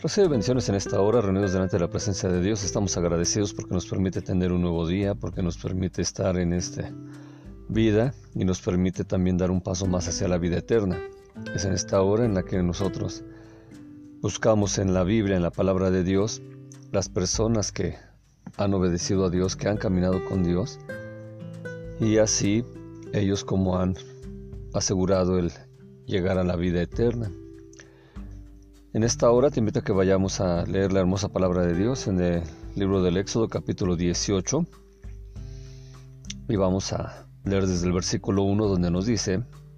Recibe bendiciones en esta hora, reunidos delante de la presencia de Dios. Estamos agradecidos porque nos permite tener un nuevo día, porque nos permite estar en esta vida y nos permite también dar un paso más hacia la vida eterna. Es en esta hora en la que nosotros buscamos en la Biblia, en la palabra de Dios, las personas que han obedecido a Dios, que han caminado con Dios, y así ellos como han asegurado el llegar a la vida eterna. En esta hora te invito a que vayamos a leer la hermosa palabra de Dios en el libro del Éxodo, capítulo 18, y vamos a leer desde el versículo 1, donde nos dice: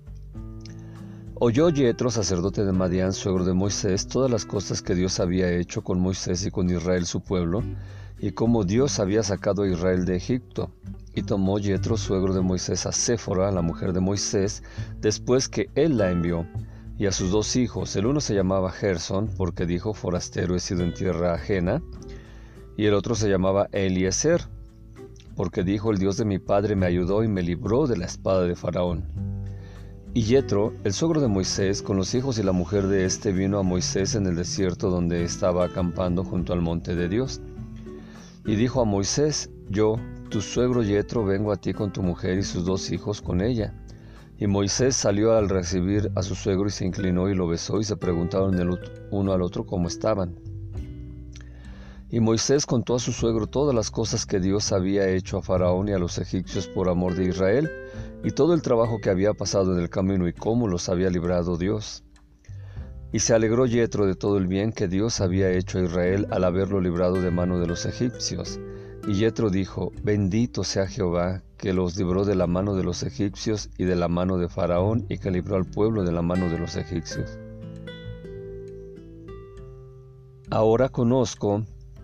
Oyó Yetro, sacerdote de Madián, suegro de Moisés, todas las cosas que Dios había hecho con Moisés y con Israel su pueblo, y cómo Dios había sacado a Israel de Egipto. Y tomó Yetro, suegro de Moisés, a Séfora, la mujer de Moisés, después que él la envió, y a sus 2 hijos. El uno se llamaba Gersón, porque dijo: forastero he sido en tierra ajena. Y el otro se llamaba Eliezer, porque dijo: el Dios de mi padre me ayudó y me libró de la espada de Faraón. Y Yetro, el suegro de Moisés, con los hijos y la mujer de éste, vino a Moisés en el desierto donde estaba acampando junto al monte de Dios. Y dijo a Moisés: yo, tu suegro Yetro, vengo a ti con tu mujer y sus 2 hijos con ella. Y Moisés salió al recibir a su suegro y se inclinó y lo besó, y se preguntaron el uno al otro cómo estaban. Y Moisés contó a su suegro todas las cosas que Dios había hecho a Faraón y a los egipcios por amor de Israel, y todo el trabajo que había pasado en el camino y cómo los había librado Dios. Y se alegró Yetro de todo el bien que Dios había hecho a Israel al haberlo librado de mano de los egipcios. Y Yetro dijo: bendito sea Jehová, que los libró de la mano de los egipcios y de la mano de Faraón, y que libró al pueblo de la mano de los egipcios. Ahora conozco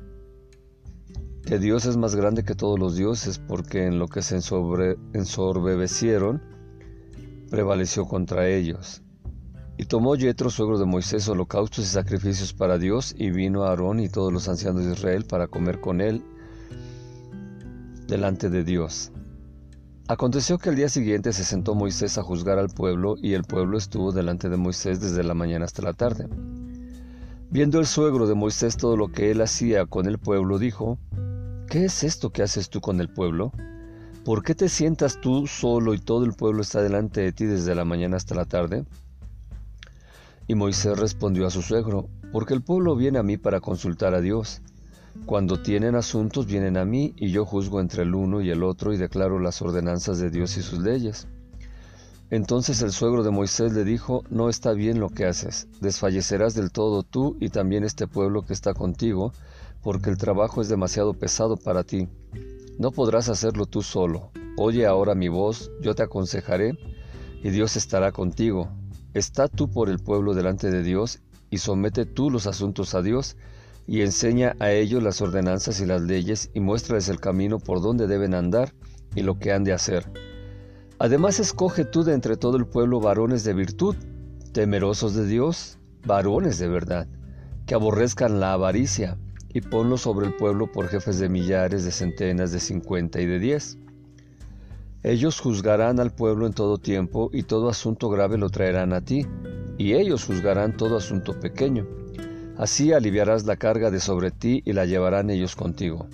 que Dios es más grande que todos los dioses, porque en lo que se ensoberbecieron, prevaleció contra ellos. Y tomó Yetro, suegro de Moisés, holocaustos y sacrificios para Dios, y vino a Aarón y todos los ancianos de Israel para comer con él delante de Dios. Aconteció que al día siguiente se sentó Moisés a juzgar al pueblo, y el pueblo estuvo delante de Moisés desde la mañana hasta la tarde. Viendo el suegro de Moisés todo lo que él hacía con el pueblo, dijo: ¿qué es esto que haces tú con el pueblo? ¿Por qué te sientas tú solo y todo el pueblo está delante de ti desde la mañana hasta la tarde? Y Moisés respondió a su suegro: porque el pueblo viene a mí para consultar a Dios. Cuando tienen asuntos vienen a mí, y yo juzgo entre el uno y el otro, y declaro las ordenanzas de Dios y sus leyes. Entonces el suegro de Moisés le dijo: no está bien lo que haces, desfallecerás del todo tú y también este pueblo que está contigo, porque el trabajo es demasiado pesado para ti. No podrás hacerlo tú solo. Oye ahora mi voz, yo te aconsejaré, y Dios estará contigo. Está tú por el pueblo delante de Dios, y somete tú los asuntos a Dios, y enseña a ellos las ordenanzas y las leyes, y muéstrales el camino por donde deben andar y lo que han de hacer. Además escoge tú de entre todo el pueblo varones de virtud, temerosos de Dios, varones de verdad, que aborrezcan la avaricia, y ponlos sobre el pueblo por jefes de millares, de centenas, de 50 y de 10. Ellos juzgarán al pueblo en todo tiempo, y todo asunto grave lo traerán a ti, y ellos juzgarán todo asunto pequeño. Así aliviarás la carga de sobre ti, y la llevarán ellos contigo.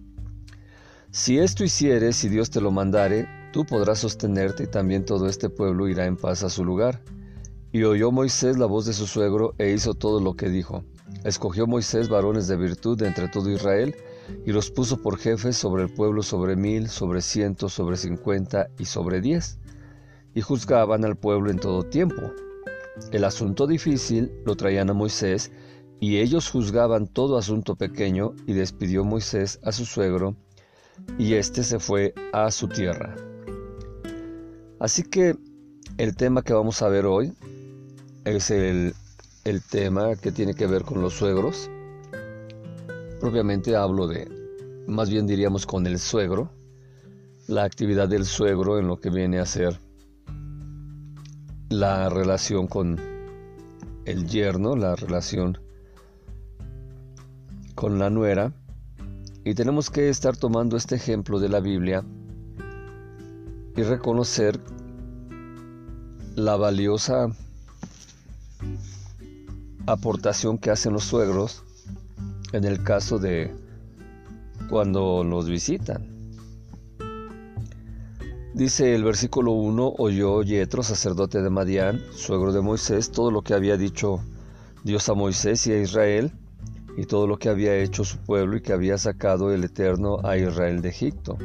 Si esto hicieres, y Dios te lo mandare, tú podrás sostenerte, y también todo este pueblo irá en paz a su lugar. Y oyó Moisés la voz de su suegro, e hizo todo lo que dijo. Escogió Moisés varones de virtud de entre todo Israel, y los puso por jefes sobre el pueblo, sobre 1000, sobre 100, sobre 50 y sobre 10. Y juzgaban al pueblo en todo tiempo. El asunto difícil lo traían a Moisés, y ellos juzgaban todo asunto pequeño, y despidió Moisés a su suegro, y éste se fue a su tierra. Así que el tema que vamos a ver hoy es el tema que tiene que ver con los suegros. Propiamente hablo más bien diríamos con el suegro, la actividad del suegro en lo que viene a ser la relación con el yerno, la relación con la nuera. Y tenemos que estar tomando este ejemplo de la Biblia y reconocer la valiosa aportación que hacen los suegros en el caso de cuando los visitan. Dice el versículo 1: oyó Yetro, sacerdote de Madián, suegro de Moisés, todo lo que había dicho Dios a Moisés y a Israel, y todo lo que había hecho su pueblo y que había sacado el Eterno a Israel de Egipto.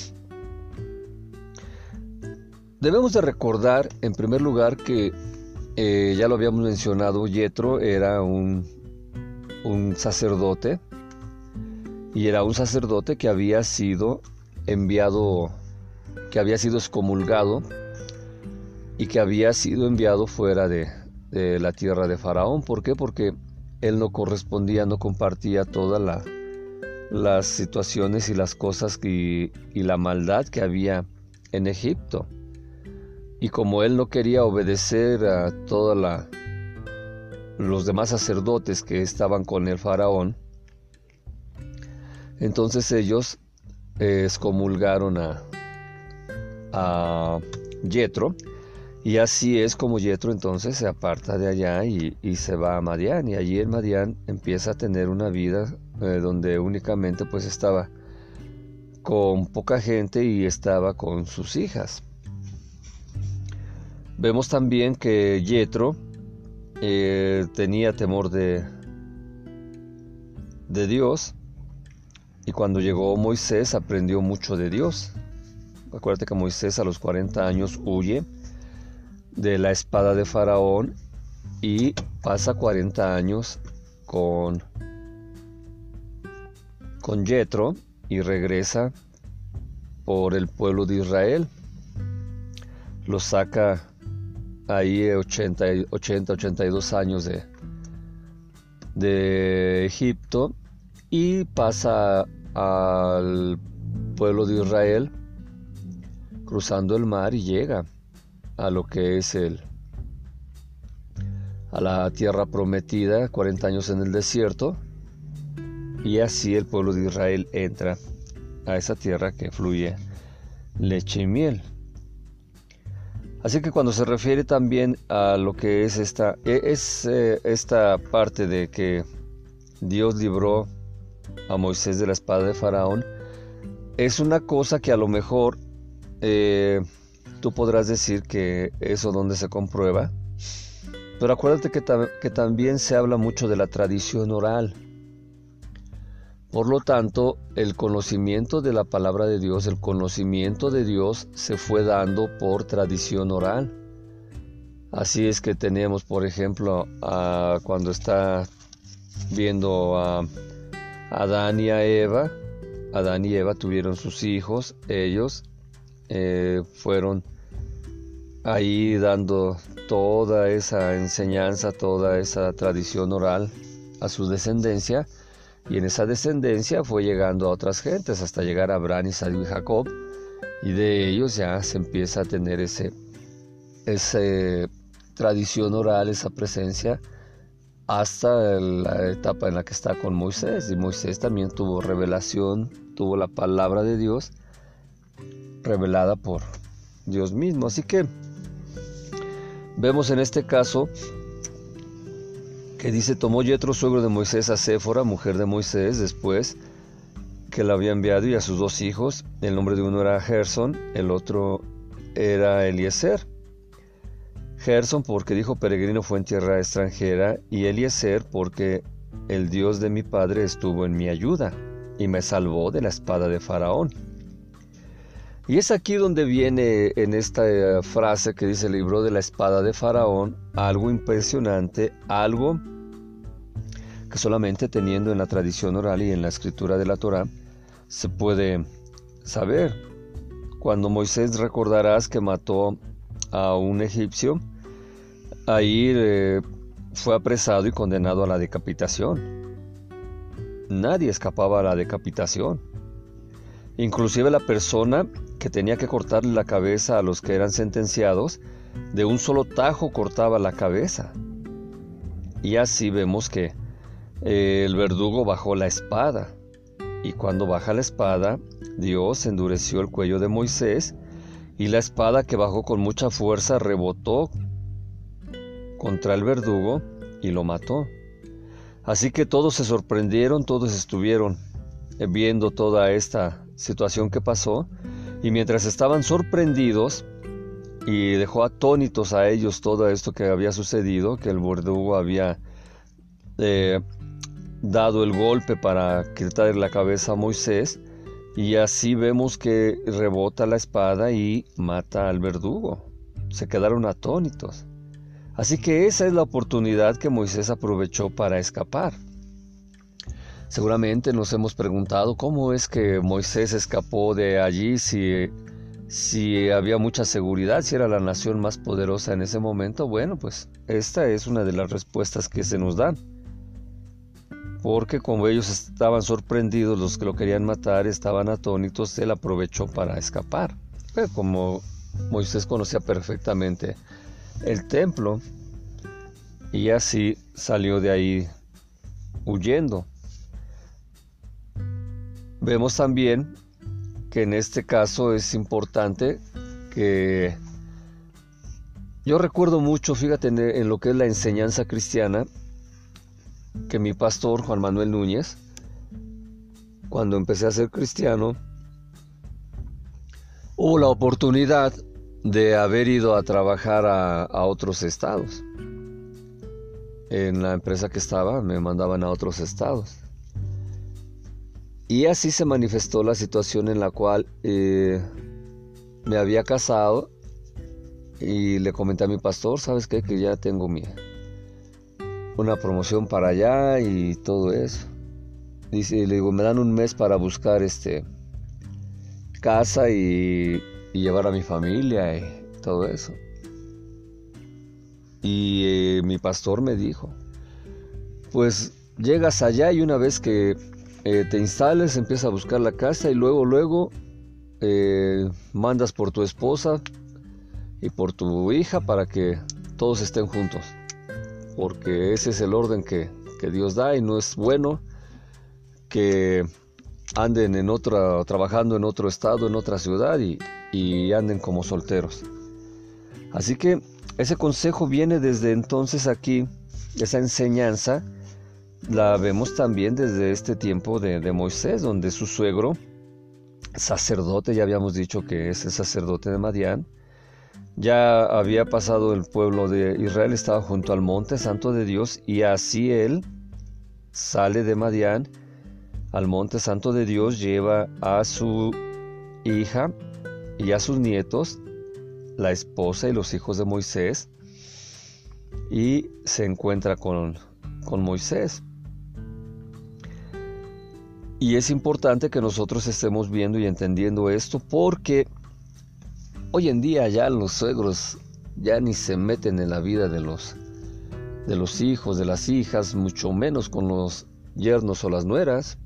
Debemos de recordar, en primer lugar, que ya lo habíamos mencionado, Yetro era un sacerdote, y era un sacerdote que había sido enviado, que había sido excomulgado y que había sido enviado fuera de la tierra de Faraón. ¿Por qué? Porque él no correspondía, no compartía todas las situaciones y las cosas y la maldad que había en Egipto. Y como él no quería obedecer a todos los demás sacerdotes que estaban con el Faraón, entonces ellos excomulgaron a Yetro, y así es como Yetro entonces se aparta de allá y se va a Madián, y allí en Madián empieza a tener una vida donde únicamente pues estaba con poca gente y estaba con sus hijas. Vemos también que Yetro tenía temor de Dios, y cuando llegó Moisés aprendió mucho de Dios. Acuérdate que Moisés a los 40 años huye de la espada de Faraón y pasa 40 años con Yetro y regresa por el pueblo de Israel. Lo saca ahí 82 años de Egipto, y pasa al pueblo de Israel cruzando el mar y llega a lo que es a la tierra prometida, 40 años en el desierto, y así el pueblo de Israel entra a esa tierra que fluye leche y miel. Así que cuando se refiere también a lo que es esta parte de que Dios libró a Moisés de la espada de Faraón, es una cosa que a lo mejor tú podrás decir que eso donde se comprueba, pero acuérdate que también se habla mucho de la tradición oral. Por lo tanto, el conocimiento de la palabra de Dios, el conocimiento de Dios se fue dando por tradición oral. Así es que tenemos, por ejemplo, cuando está viendo a Adán y a Eva. Adán y Eva tuvieron sus hijos, ellos fueron ahí dando toda esa enseñanza, toda esa tradición oral a su descendencia, y en esa descendencia fue llegando a otras gentes hasta llegar a Abraham, Isaac y Jacob, y de ellos ya se empieza a tener esa tradición oral, esa presencia, hasta la etapa en la que está con Moisés. Y Moisés también tuvo revelación, tuvo la palabra de Dios revelada por Dios mismo. Así que vemos en este caso que dice: tomó Yetro, suegro de Moisés, a Séfora, mujer de Moisés, después que la había enviado, y a sus 2 hijos. El nombre de uno era Gerson, el otro era Eliezer. Gerson porque dijo: peregrino fue en tierra extranjera, y Eliezer porque el Dios de mi padre estuvo en mi ayuda y me salvó de la espada de Faraón. Y es aquí donde viene en esta frase que dice: libró de la espada de Faraón, algo impresionante, algo que solamente teniendo en la tradición oral y en la escritura de la Torá se puede saber. Cuando Moisés, recordarás que mató a un egipcio, ahí fue apresado y condenado a la decapitación. Nadie escapaba a la decapitación. Inclusive la persona que tenía que cortarle la cabeza a los que eran sentenciados, de un solo tajo cortaba la cabeza. Y así vemos que el verdugo bajó la espada, y cuando baja la espada, Dios endureció el cuello de Moisés, y la espada, que bajó con mucha fuerza, rebotó contra el verdugo y lo mató. Así que todos se sorprendieron, todos estuvieron viendo toda esta situación que pasó, y mientras estaban sorprendidos y dejó atónitos a ellos todo esto que había sucedido, que el verdugo había dado el golpe para quitarle la cabeza a Moisés, y así vemos que rebota la espada y mata al verdugo. Se quedaron atónitos. Así que esa es la oportunidad que Moisés aprovechó para escapar. Seguramente nos hemos preguntado cómo es que Moisés escapó de allí si había mucha seguridad, si era la nación más poderosa en ese momento. Bueno, pues esta es una de las respuestas que se nos dan. Porque como ellos estaban sorprendidos, los que lo querían matar estaban atónitos, él aprovechó para escapar. Pero como Moisés conocía perfectamente el templo, y así salió de ahí huyendo. Vemos también que en este caso es importante que yo recuerdo mucho, fíjate, en lo que es la enseñanza cristiana, que mi pastor Juan Manuel Núñez, cuando empecé a ser cristiano, hubo la oportunidad de haber ido a trabajar a otros estados. En la empresa que estaba me mandaban a otros estados. Y así se manifestó la situación en la cual me había casado y le comenté a mi pastor, ¿sabes qué? Que ya tengo una promoción para allá y todo eso. Dice, le digo, me dan un mes para buscar casa y llevar a mi familia y todo eso. Y mi pastor me dijo, pues llegas allá y una vez que te instales, empiezas a buscar la casa y luego mandas por tu esposa y por tu hija para que todos estén juntos. Porque ese es el orden que Dios da, y no es bueno que anden trabajando en otro estado, en otra ciudad y anden como solteros. Así que ese consejo viene desde entonces aquí, esa enseñanza la vemos también desde este tiempo de Moisés, donde su suegro, sacerdote, ya habíamos dicho que es el sacerdote de Madián, ya había pasado el pueblo de Israel, estaba junto al monte santo de Dios, y así él sale de Madián al monte santo de Dios, lleva a su hija y a sus nietos, la esposa y los hijos de Moisés, y se encuentra con Moisés. Y es importante que nosotros estemos viendo y entendiendo esto, porque hoy en día ya los suegros ya ni se meten en la vida de los hijos, de las hijas, mucho menos con los yernos o las nueras.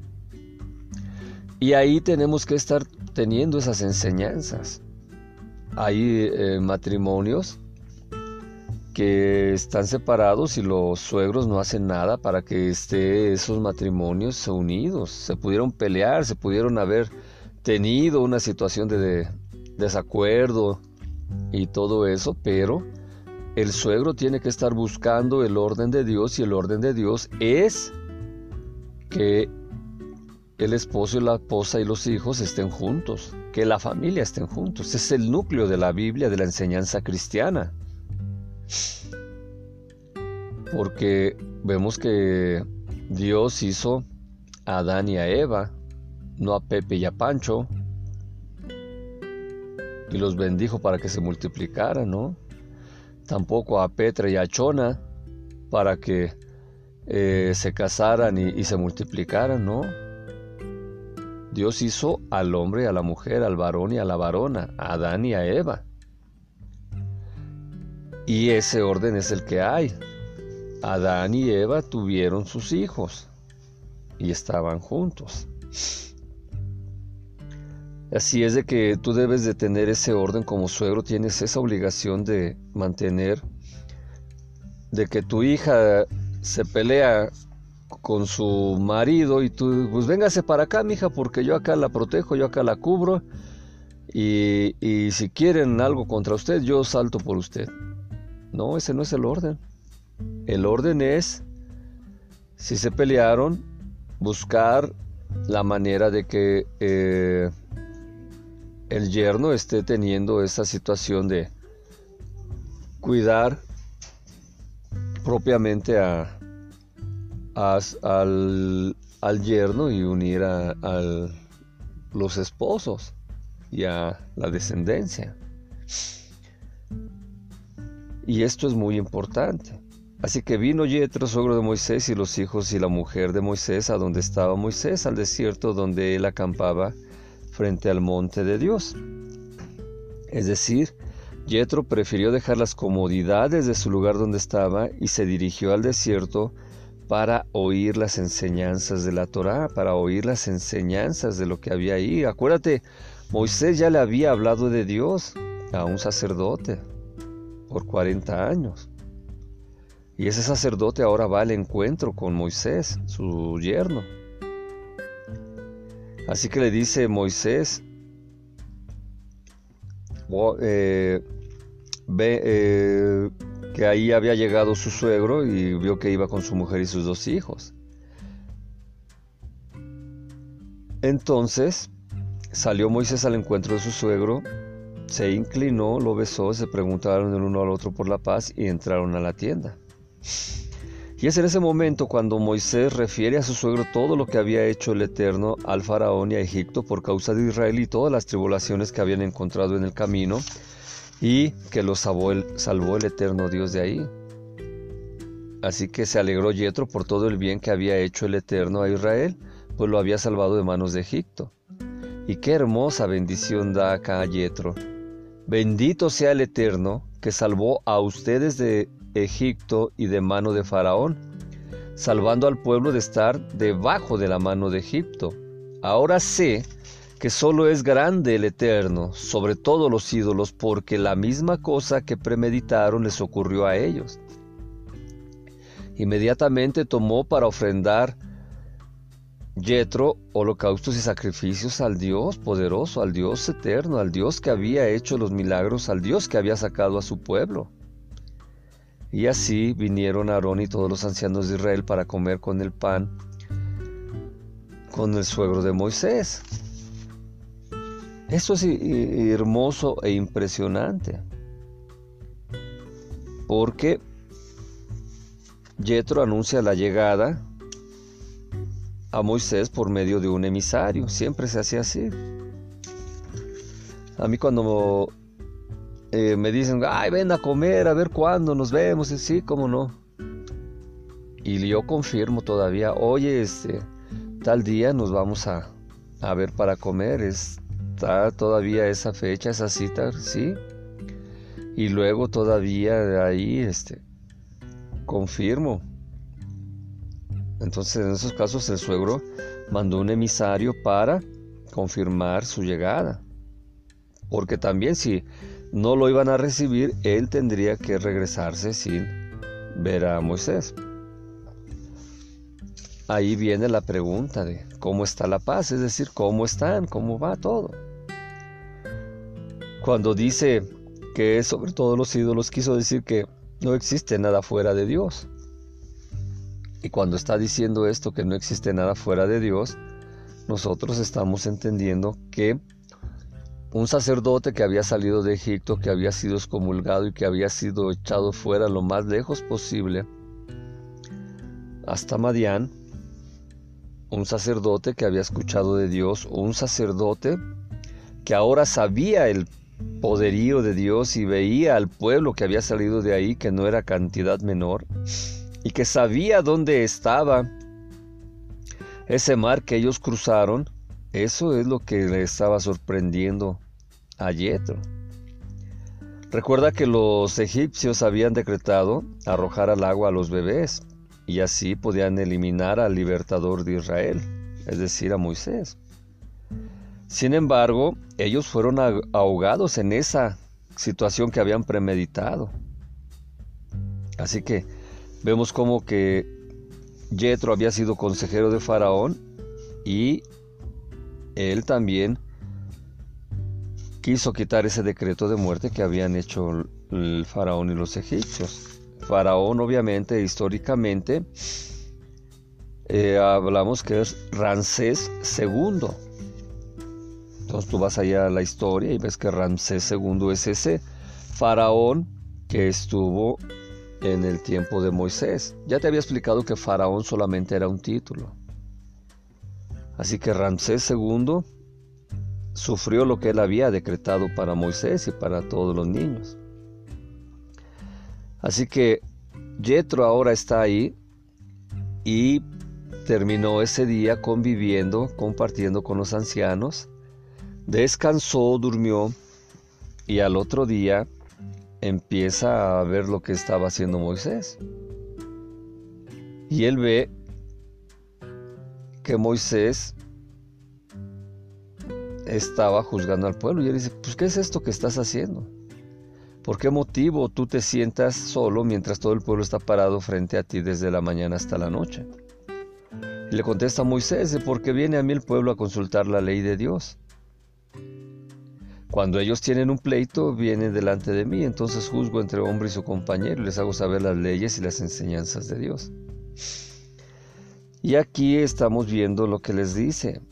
Y ahí tenemos que estar teniendo esas enseñanzas. Hay matrimonios que están separados y los suegros no hacen nada para que esos matrimonios unidos. Se pudieron pelear, se pudieron haber tenido una situación de desacuerdo y todo eso, pero el suegro tiene que estar buscando el orden de Dios, y el orden de Dios es que el esposo y la esposa y los hijos estén juntos, que la familia estén juntos. Es el núcleo de la Biblia, de la enseñanza cristiana. Porque vemos que Dios hizo a Adán y a Eva, no a Pepe y a Pancho, y los bendijo para que se multiplicaran, ¿no? Tampoco a Petra y a Chona para que se casaran y se multiplicaran, ¿no? Dios hizo al hombre y a la mujer, al varón y a la varona, a Adán y a Eva. Y ese orden es el que hay. Adán y Eva tuvieron sus hijos y estaban juntos. Así es de que tú debes de tener ese orden como suegro, tienes esa obligación de mantener, de que tu hija se pelea con su marido y tú, pues véngase para acá, mija, porque yo acá la protejo, yo acá la cubro, y si quieren algo contra usted, yo salto por usted. No, ese no es el orden. El orden es, si se pelearon, buscar la manera de que el yerno esté teniendo esa situación de cuidar propiamente al yerno y unir a los esposos y a la descendencia. Y esto es muy importante. Así que vino Yetro, suegro de Moisés, y los hijos y la mujer de Moisés a donde estaba Moisés, al desierto donde él acampaba frente al monte de Dios. Es decir, Yetro prefirió dejar las comodidades de su lugar donde estaba y se dirigió al desierto para oír las enseñanzas de la Torá, para oír las enseñanzas de lo que había ahí. Acuérdate, Moisés ya le había hablado de Dios a un sacerdote por 40 años. Y ese sacerdote ahora va al encuentro con Moisés, su yerno. Así que le dice Moisés, que ahí había llegado su suegro y vio que iba con su mujer y sus 2 hijos. Entonces salió Moisés al encuentro de su suegro, se inclinó, lo besó, se preguntaron el uno al otro por la paz y entraron a la tienda. Y es en ese momento cuando Moisés refiere a su suegro todo lo que había hecho el Eterno al faraón y a Egipto por causa de Israel y todas las tribulaciones que habían encontrado en el camino y que los salvó el Eterno Dios de ahí. Así que se alegró Yetro por todo el bien que había hecho el Eterno a Israel, pues lo había salvado de manos de Egipto. Y qué hermosa bendición da acá a Yetro. Bendito sea el Eterno que salvó a ustedes de Egipto y de mano de Faraón, salvando al pueblo de estar debajo de la mano de Egipto. Ahora sé que solo es grande el Eterno sobre todos los ídolos, porque la misma cosa que premeditaron les ocurrió a ellos. Inmediatamente tomó para ofrendar Yetro holocaustos y sacrificios al Dios poderoso, al Dios eterno, al Dios que había hecho los milagros, al Dios que había sacado a su pueblo. Y así vinieron Aarón y todos los ancianos de Israel para comer con el pan con el suegro de Moisés. Esto es hermoso e impresionante, porque Yetro anuncia la llegada a Moisés por medio de un emisario. Siempre se hacía así. A mí cuando me dicen, ay, ven a comer, a ver cuándo nos vemos, y sí, cómo no. Y yo confirmo todavía, oye, tal día nos vamos a ver para comer, está todavía esa fecha, esa cita, sí. Y luego todavía de ahí, confirmo. Entonces en esos casos el suegro mandó un emisario para confirmar su llegada. Porque también si no lo iban a recibir, él tendría que regresarse sin ver a Moisés. Ahí viene la pregunta de cómo está la paz, es decir, cómo están, cómo va todo. Cuando dice que es sobre todos los ídolos, quiso decir que no existe nada fuera de Dios. Y cuando está diciendo esto, que no existe nada fuera de Dios, nosotros estamos entendiendo que un sacerdote que había salido de Egipto, que había sido excomulgado y que había sido echado fuera lo más lejos posible, hasta Madián, un sacerdote que había escuchado de Dios, un sacerdote que ahora sabía el poderío de Dios y veía al pueblo que había salido de ahí, que no era cantidad menor, y que sabía dónde estaba ese mar que ellos cruzaron. Eso es lo que le estaba sorprendiendo a Yetro. Recuerda que los egipcios habían decretado arrojar al agua a los bebés y así podían eliminar al libertador de Israel, es decir, a Moisés. Sin embargo, ellos fueron ahogados en esa situación que habían premeditado. Así que vemos como que Yetro había sido consejero de Faraón y él también quiso quitar ese decreto de muerte que habían hecho el faraón y los egipcios. Faraón, obviamente, históricamente, hablamos que es Ramsés II. Entonces tú vas allá a la historia y ves que Ramsés II es ese faraón que estuvo en el tiempo de Moisés. Ya te había explicado que faraón solamente era un título. Así que Ramsés II sufrió lo que él había decretado para Moisés y para todos los niños. Así que Yetro ahora está ahí y terminó ese día conviviendo, compartiendo con los ancianos, descansó, durmió y al otro día empieza a ver lo que estaba haciendo Moisés. Y él ve que Moisés estaba juzgando al pueblo y él dice, pues ¿qué es esto que estás haciendo? ¿Por qué motivo tú te sientas solo mientras todo el pueblo está parado frente a ti desde la mañana hasta la noche? Y le contesta Moisés, porque viene a mí el pueblo a consultar la ley de Dios. Cuando ellos tienen un pleito, vienen delante de mí, entonces juzgo entre hombre y su compañero y les hago saber las leyes y las enseñanzas de Dios. Y aquí estamos viendo lo que les dice.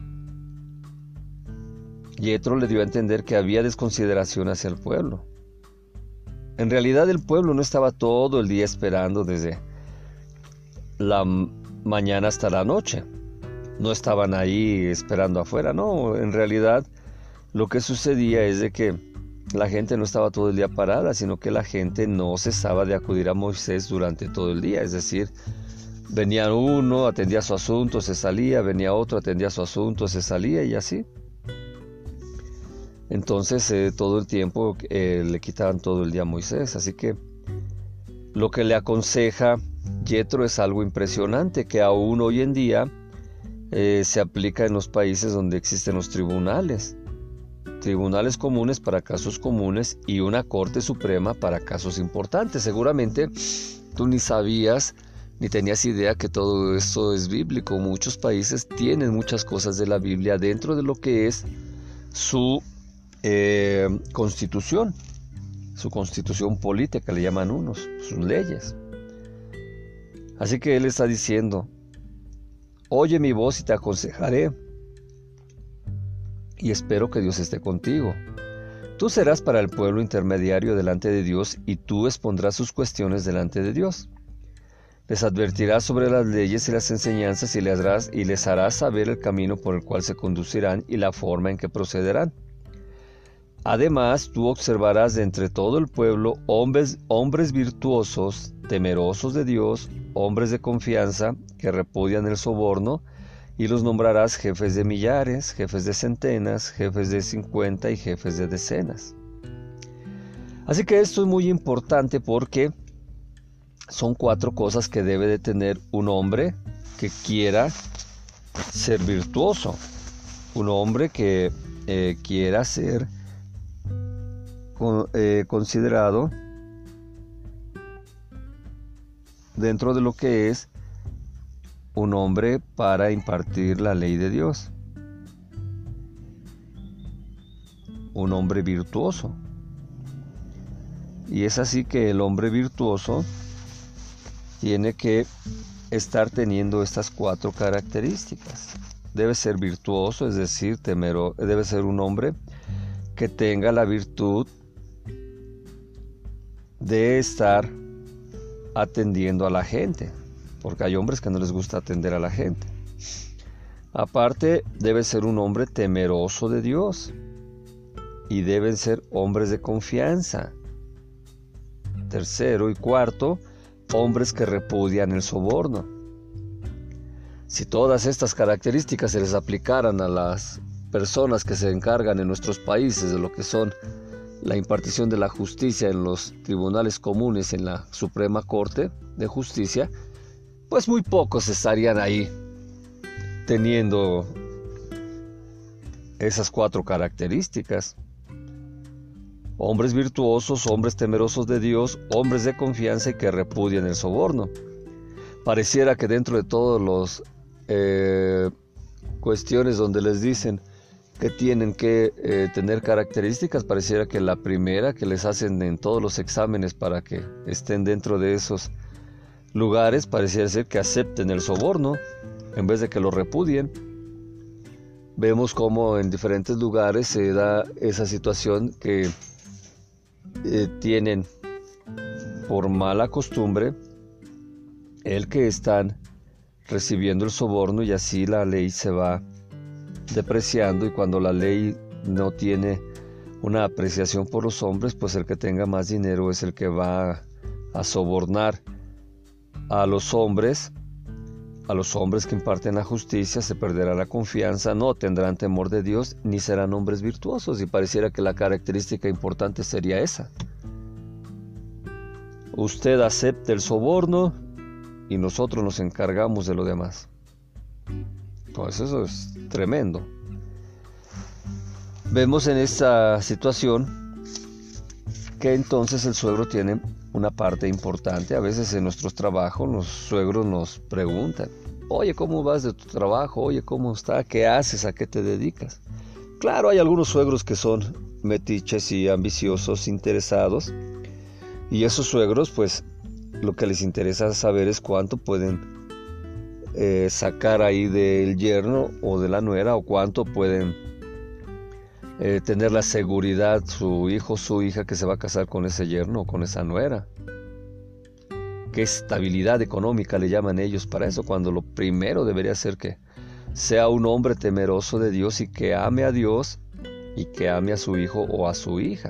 Yetro le dio a entender que había desconsideración hacia el pueblo. En realidad el pueblo no estaba todo el día esperando desde la mañana hasta la noche. No estaban ahí esperando afuera, no. En realidad lo que sucedía es de que la gente no estaba todo el día parada, sino que la gente no cesaba de acudir a Moisés durante todo el día. Es decir, venía uno, atendía su asunto, se salía, venía otro, atendía su asunto, se salía y así. Entonces todo el tiempo le quitaban todo el día a Moisés. Así que lo que le aconseja Yetro es algo impresionante que aún hoy en día se aplica en los países donde existen los tribunales comunes para casos comunes y una corte suprema para casos importantes. Seguramente tú ni sabías ni tenías idea que todo esto es bíblico. Muchos países tienen muchas cosas de la Biblia dentro de lo que es su constitución política, le llaman unos, sus leyes. Así que él está diciendo, oye mi voz y te aconsejaré, y espero que Dios esté contigo. Tú serás para el pueblo intermediario delante de Dios, y tú expondrás sus cuestiones delante de Dios. Les advertirás sobre las leyes y las enseñanzas, y les harás saber el camino por el cual se conducirán y la forma en que procederán. Además, tú observarás de entre todo el pueblo hombres virtuosos, temerosos de Dios, hombres de confianza, que repudian el soborno, y los nombrarás jefes de millares, jefes de centenas, jefes de 50 y jefes de decenas. Así que esto es muy importante porque son 4 cosas que debe de tener un hombre que quiera ser virtuoso, un hombre que quiera ser considerado dentro de lo que es un hombre para impartir la ley de Dios, un hombre virtuoso. Y es así que el hombre virtuoso tiene que estar teniendo estas 4 características. Debe ser virtuoso, es decir, debe ser un hombre que tenga la virtud de estar atendiendo a la gente, porque hay hombres que no les gusta atender a la gente. Aparte, debe ser un hombre temeroso de Dios y deben ser hombres de confianza. Tercero y cuarto, hombres que repudian el soborno. Si todas estas características se les aplicaran a las personas que se encargan en nuestros países de lo que son la impartición de la justicia en los tribunales comunes, en la Suprema Corte de Justicia, pues muy pocos estarían ahí teniendo esas 4 características. Hombres virtuosos, hombres temerosos de Dios, hombres de confianza y que repudian el soborno. Pareciera que dentro de todos los cuestiones donde les dicen que tienen que tener características. Pareciera que la primera que les hacen en todos los exámenes para que estén dentro de esos lugares, pareciera ser que acepten el soborno en vez de que lo repudien. Vemos cómo en diferentes lugares se da esa situación que tienen por mala costumbre el que están recibiendo el soborno, y así la ley se va depreciando, y cuando la ley no tiene una apreciación por los hombres, pues el que tenga más dinero es el que va a sobornar a los hombres que imparten la justicia. Se perderá la confianza, no tendrán temor de Dios, ni serán hombres virtuosos, y pareciera que la característica importante sería esa. Usted acepta el soborno y nosotros nos encargamos de lo demás. Pues eso es tremendo. Vemos en esta situación que entonces el suegro tiene una parte importante. A veces en nuestros trabajos los suegros nos preguntan: oye, ¿cómo vas de tu trabajo? Oye, ¿cómo está? ¿Qué haces? ¿A qué te dedicas? Claro, hay algunos suegros que son metiches y ambiciosos, interesados, y esos suegros, pues, lo que les interesa saber es cuánto pueden sacar ahí del yerno o de la nuera, o cuánto pueden tener la seguridad su hijo o su hija que se va a casar con ese yerno o con esa nuera. ¿Qué estabilidad económica le llaman ellos para eso? Cuando lo primero debería ser que sea un hombre temeroso de Dios y que ame a Dios y que ame a su hijo o a su hija.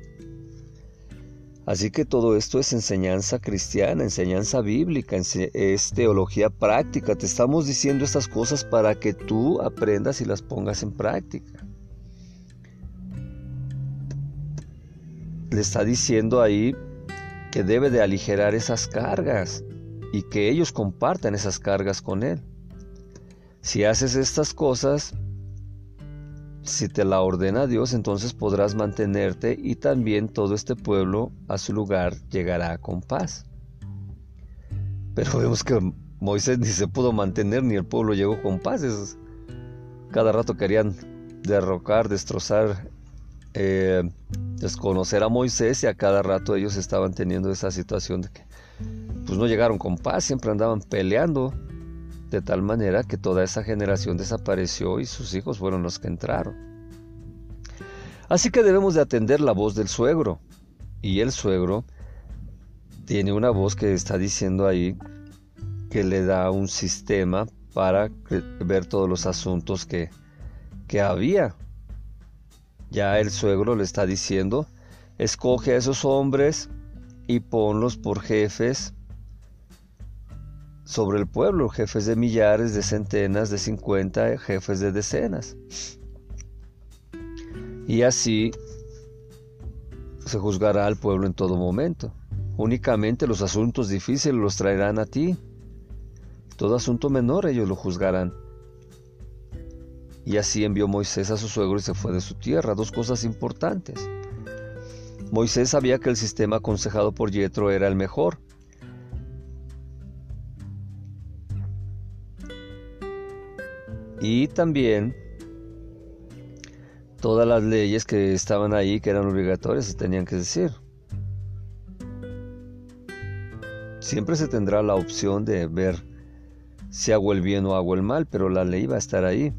Así que todo esto es enseñanza cristiana, enseñanza bíblica, es teología práctica. Te estamos diciendo estas cosas para que tú aprendas y las pongas en práctica. Le está diciendo ahí que debe de aligerar esas cargas y que ellos compartan esas cargas con él. Si haces estas cosas, si te la ordena Dios, entonces podrás mantenerte, y también todo este pueblo a su lugar llegará con paz. Pero vemos que Moisés ni se pudo mantener, ni el pueblo llegó con paz. Cada rato querían derrocar, destrozar, desconocer a Moisés, y a cada rato ellos estaban teniendo esa situación de que pues no llegaron con paz, siempre andaban peleando, de tal manera que toda esa generación desapareció y sus hijos fueron los que entraron. Así que debemos de atender la voz del suegro, y el suegro tiene una voz que está diciendo ahí que le da un sistema para ver todos los asuntos que había. Ya el suegro le está diciendo: escoge a esos hombres y ponlos por jefes sobre el pueblo, jefes de millares, de centenas, de 50, jefes de decenas. Y así se juzgará al pueblo en todo momento. Únicamente los asuntos difíciles los traerán a ti. Todo asunto menor ellos lo juzgarán. Y así envió Moisés a su suegro y se fue de su tierra. Dos cosas importantes. Moisés sabía que el sistema aconsejado por Yetro era el mejor. Y también todas las leyes que estaban ahí, que eran obligatorias, se tenían que decir. Siempre se tendrá la opción de ver si hago el bien o hago el mal, pero la ley va a estar ahí.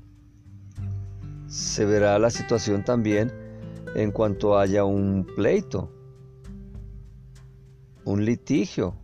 Se verá la situación también en cuanto haya un pleito, un litigio.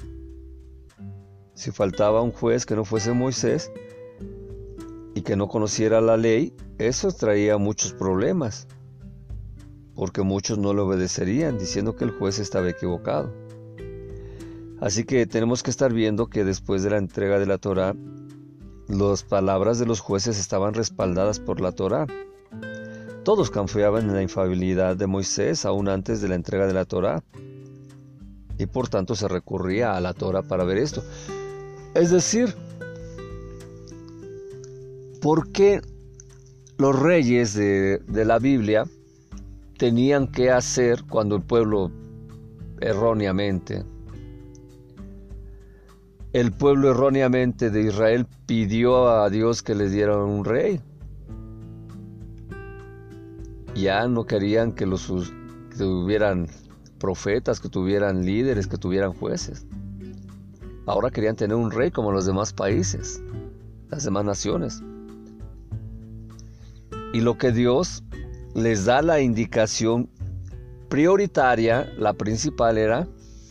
Si faltaba un juez que no fuese Moisés y que no conociera la ley, eso traía muchos problemas, porque muchos no le obedecerían, diciendo que el juez estaba equivocado. Así que tenemos que estar viendo que después de la entrega de la Torá, las palabras de los jueces estaban respaldadas por la Torá. Todos confiaban en la infalibilidad de Moisés aún antes de la entrega de la Torá, y por tanto se recurría a la Torá para ver esto. Es decir, ¿por qué los reyes de la Biblia tenían que hacer cuando el pueblo erróneamente de Israel pidió a Dios que les diera un rey? Ya no querían que tuvieran profetas, que tuvieran líderes, que tuvieran jueces. Ahora querían tener un rey como los demás países, las demás naciones. Y lo que Dios les da la indicación prioritaria, la principal, era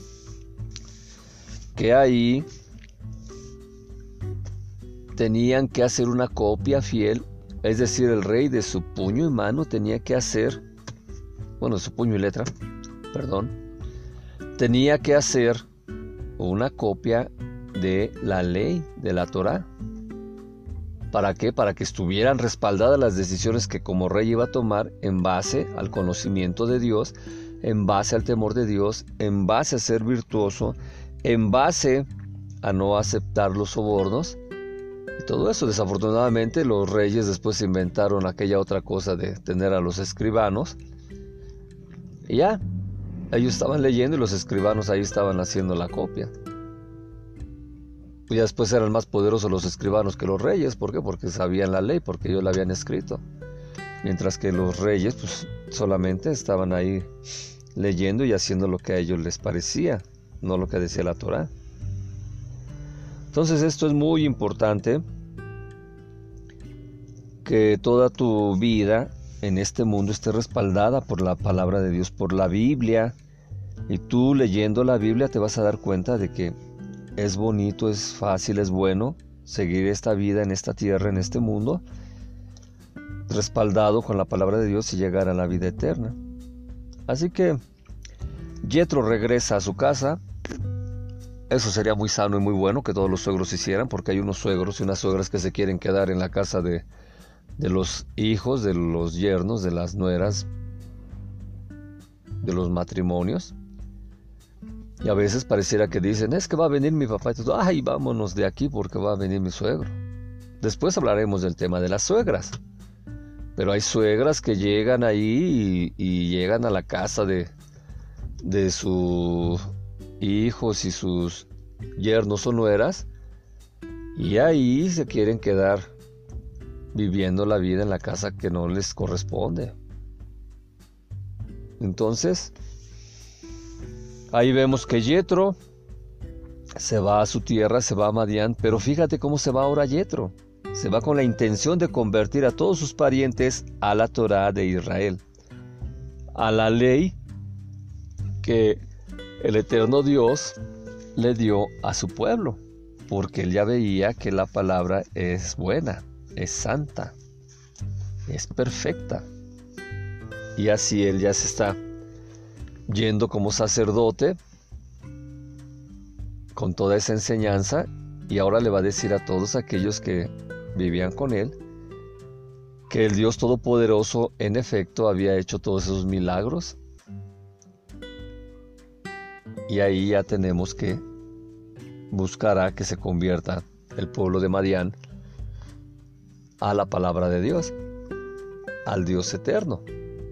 que ahí tenían que hacer una copia fiel, es decir, el rey de su puño y mano tenía que hacer, su puño y letra, tenía que hacer una copia de la ley, de la Torá. ¿Para qué? Para que estuvieran respaldadas las decisiones que como rey iba a tomar en base al conocimiento de Dios, en base al temor de Dios, en base a ser virtuoso, en base a no aceptar los sobornos. Y todo eso, desafortunadamente, los reyes después inventaron aquella otra cosa de tener a los escribanos. Y ya, ellos estaban leyendo y los escribanos ahí estaban haciendo la copia. Y después eran más poderosos los escribanos que los reyes. ¿Por qué? Porque sabían la ley, porque ellos la habían escrito. Mientras que los reyes pues solamente estaban ahí leyendo y haciendo lo que a ellos les parecía, no lo que decía la Torá. Entonces esto es muy importante, que toda tu vida en este mundo esté respaldada por la palabra de Dios, por la Biblia. Y tú leyendo la Biblia te vas a dar cuenta de que es bonito, es fácil, es bueno seguir esta vida en esta tierra, en este mundo, respaldado con la palabra de Dios y llegar a la vida eterna. Así que Yetro regresa a su casa. Eso sería muy sano y muy bueno que todos los suegros hicieran, porque hay unos suegros y unas suegras que se quieren quedar en la casa de los hijos, de los yernos, de las nueras, de los matrimonios. Y a veces pareciera que dicen, es que va a venir mi papá. Y todo, ay, vámonos de aquí porque va a venir mi suegro. Después hablaremos del tema de las suegras. Pero hay suegras que llegan ahí y llegan a la casa de sus hijos y sus yernos o nueras. Y ahí se quieren quedar viviendo la vida en la casa que no les corresponde. Entonces, ahí vemos que Yetro se va a su tierra, se va a Madián, pero fíjate cómo se va ahora Yetro. Se va con la intención de convertir a todos sus parientes a la Torá de Israel, a la ley que el eterno Dios le dio a su pueblo, porque él ya veía que la palabra es buena, es santa, es perfecta. Y así él ya se está yendo como sacerdote con toda esa enseñanza, y ahora le va a decir a todos aquellos que vivían con él que el Dios Todopoderoso en efecto había hecho todos esos milagros. Y ahí ya tenemos que buscar a que se convierta el pueblo de Madián a la palabra de Dios, al Dios eterno,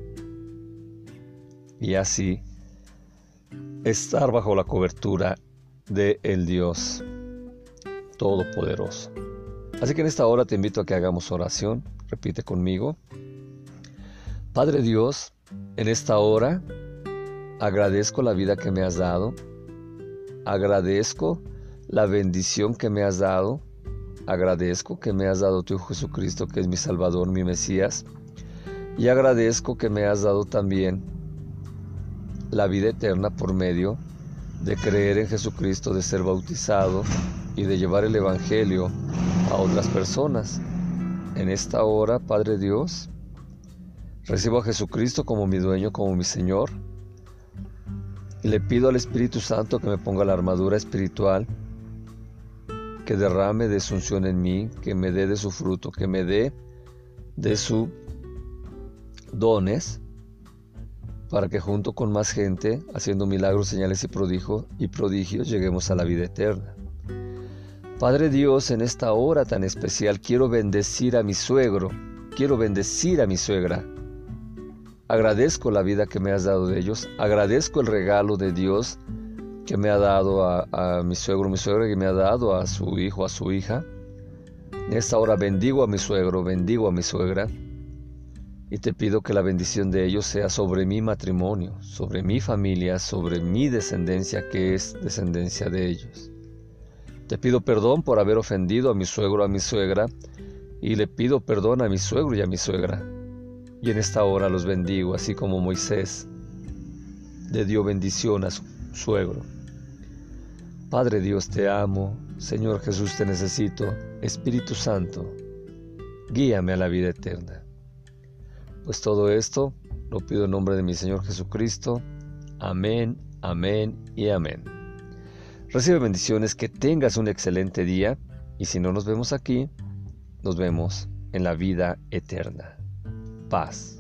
y así estar bajo la cobertura de el Dios Todopoderoso. Así que en esta hora te invito a que hagamos oración. Repite conmigo. Padre Dios, en esta hora agradezco la vida que me has dado, agradezco la bendición que me has dado, agradezco que me has dado tu Hijo Jesucristo, que es mi Salvador, mi Mesías, y agradezco que me has dado también la vida eterna por medio de creer en Jesucristo, de ser bautizado y de llevar el Evangelio a otras personas. En esta hora, Padre Dios, recibo a Jesucristo como mi dueño, como mi Señor, y le pido al Espíritu Santo que me ponga la armadura espiritual, que derrame de su unción en mí, que me dé de su fruto, que me dé de sus dones, para que junto con más gente, haciendo milagros, señales y prodigios, lleguemos a la vida eterna. Padre Dios, en esta hora tan especial quiero bendecir a mi suegro, quiero bendecir a mi suegra. Agradezco la vida que me has dado de ellos, agradezco el regalo de Dios que me ha dado a mi suegro, mi suegra, que me ha dado a su hijo, a su hija. En esta hora bendigo a mi suegro, bendigo a mi suegra, y te pido que la bendición de ellos sea sobre mi matrimonio, sobre mi familia, sobre mi descendencia, que es descendencia de ellos. Te pido perdón por haber ofendido a mi suegro o a mi suegra, y le pido perdón a mi suegro y a mi suegra. Y en esta hora los bendigo, así como Moisés le dio bendición a su suegro. Padre Dios, te amo. Señor Jesús, te necesito. Espíritu Santo, guíame a la vida eterna. Pues todo esto lo pido en nombre de mi Señor Jesucristo. Amén, amén y amén. Recibe bendiciones, que tengas un excelente día, y si no nos vemos aquí, nos vemos en la vida eterna. Paz.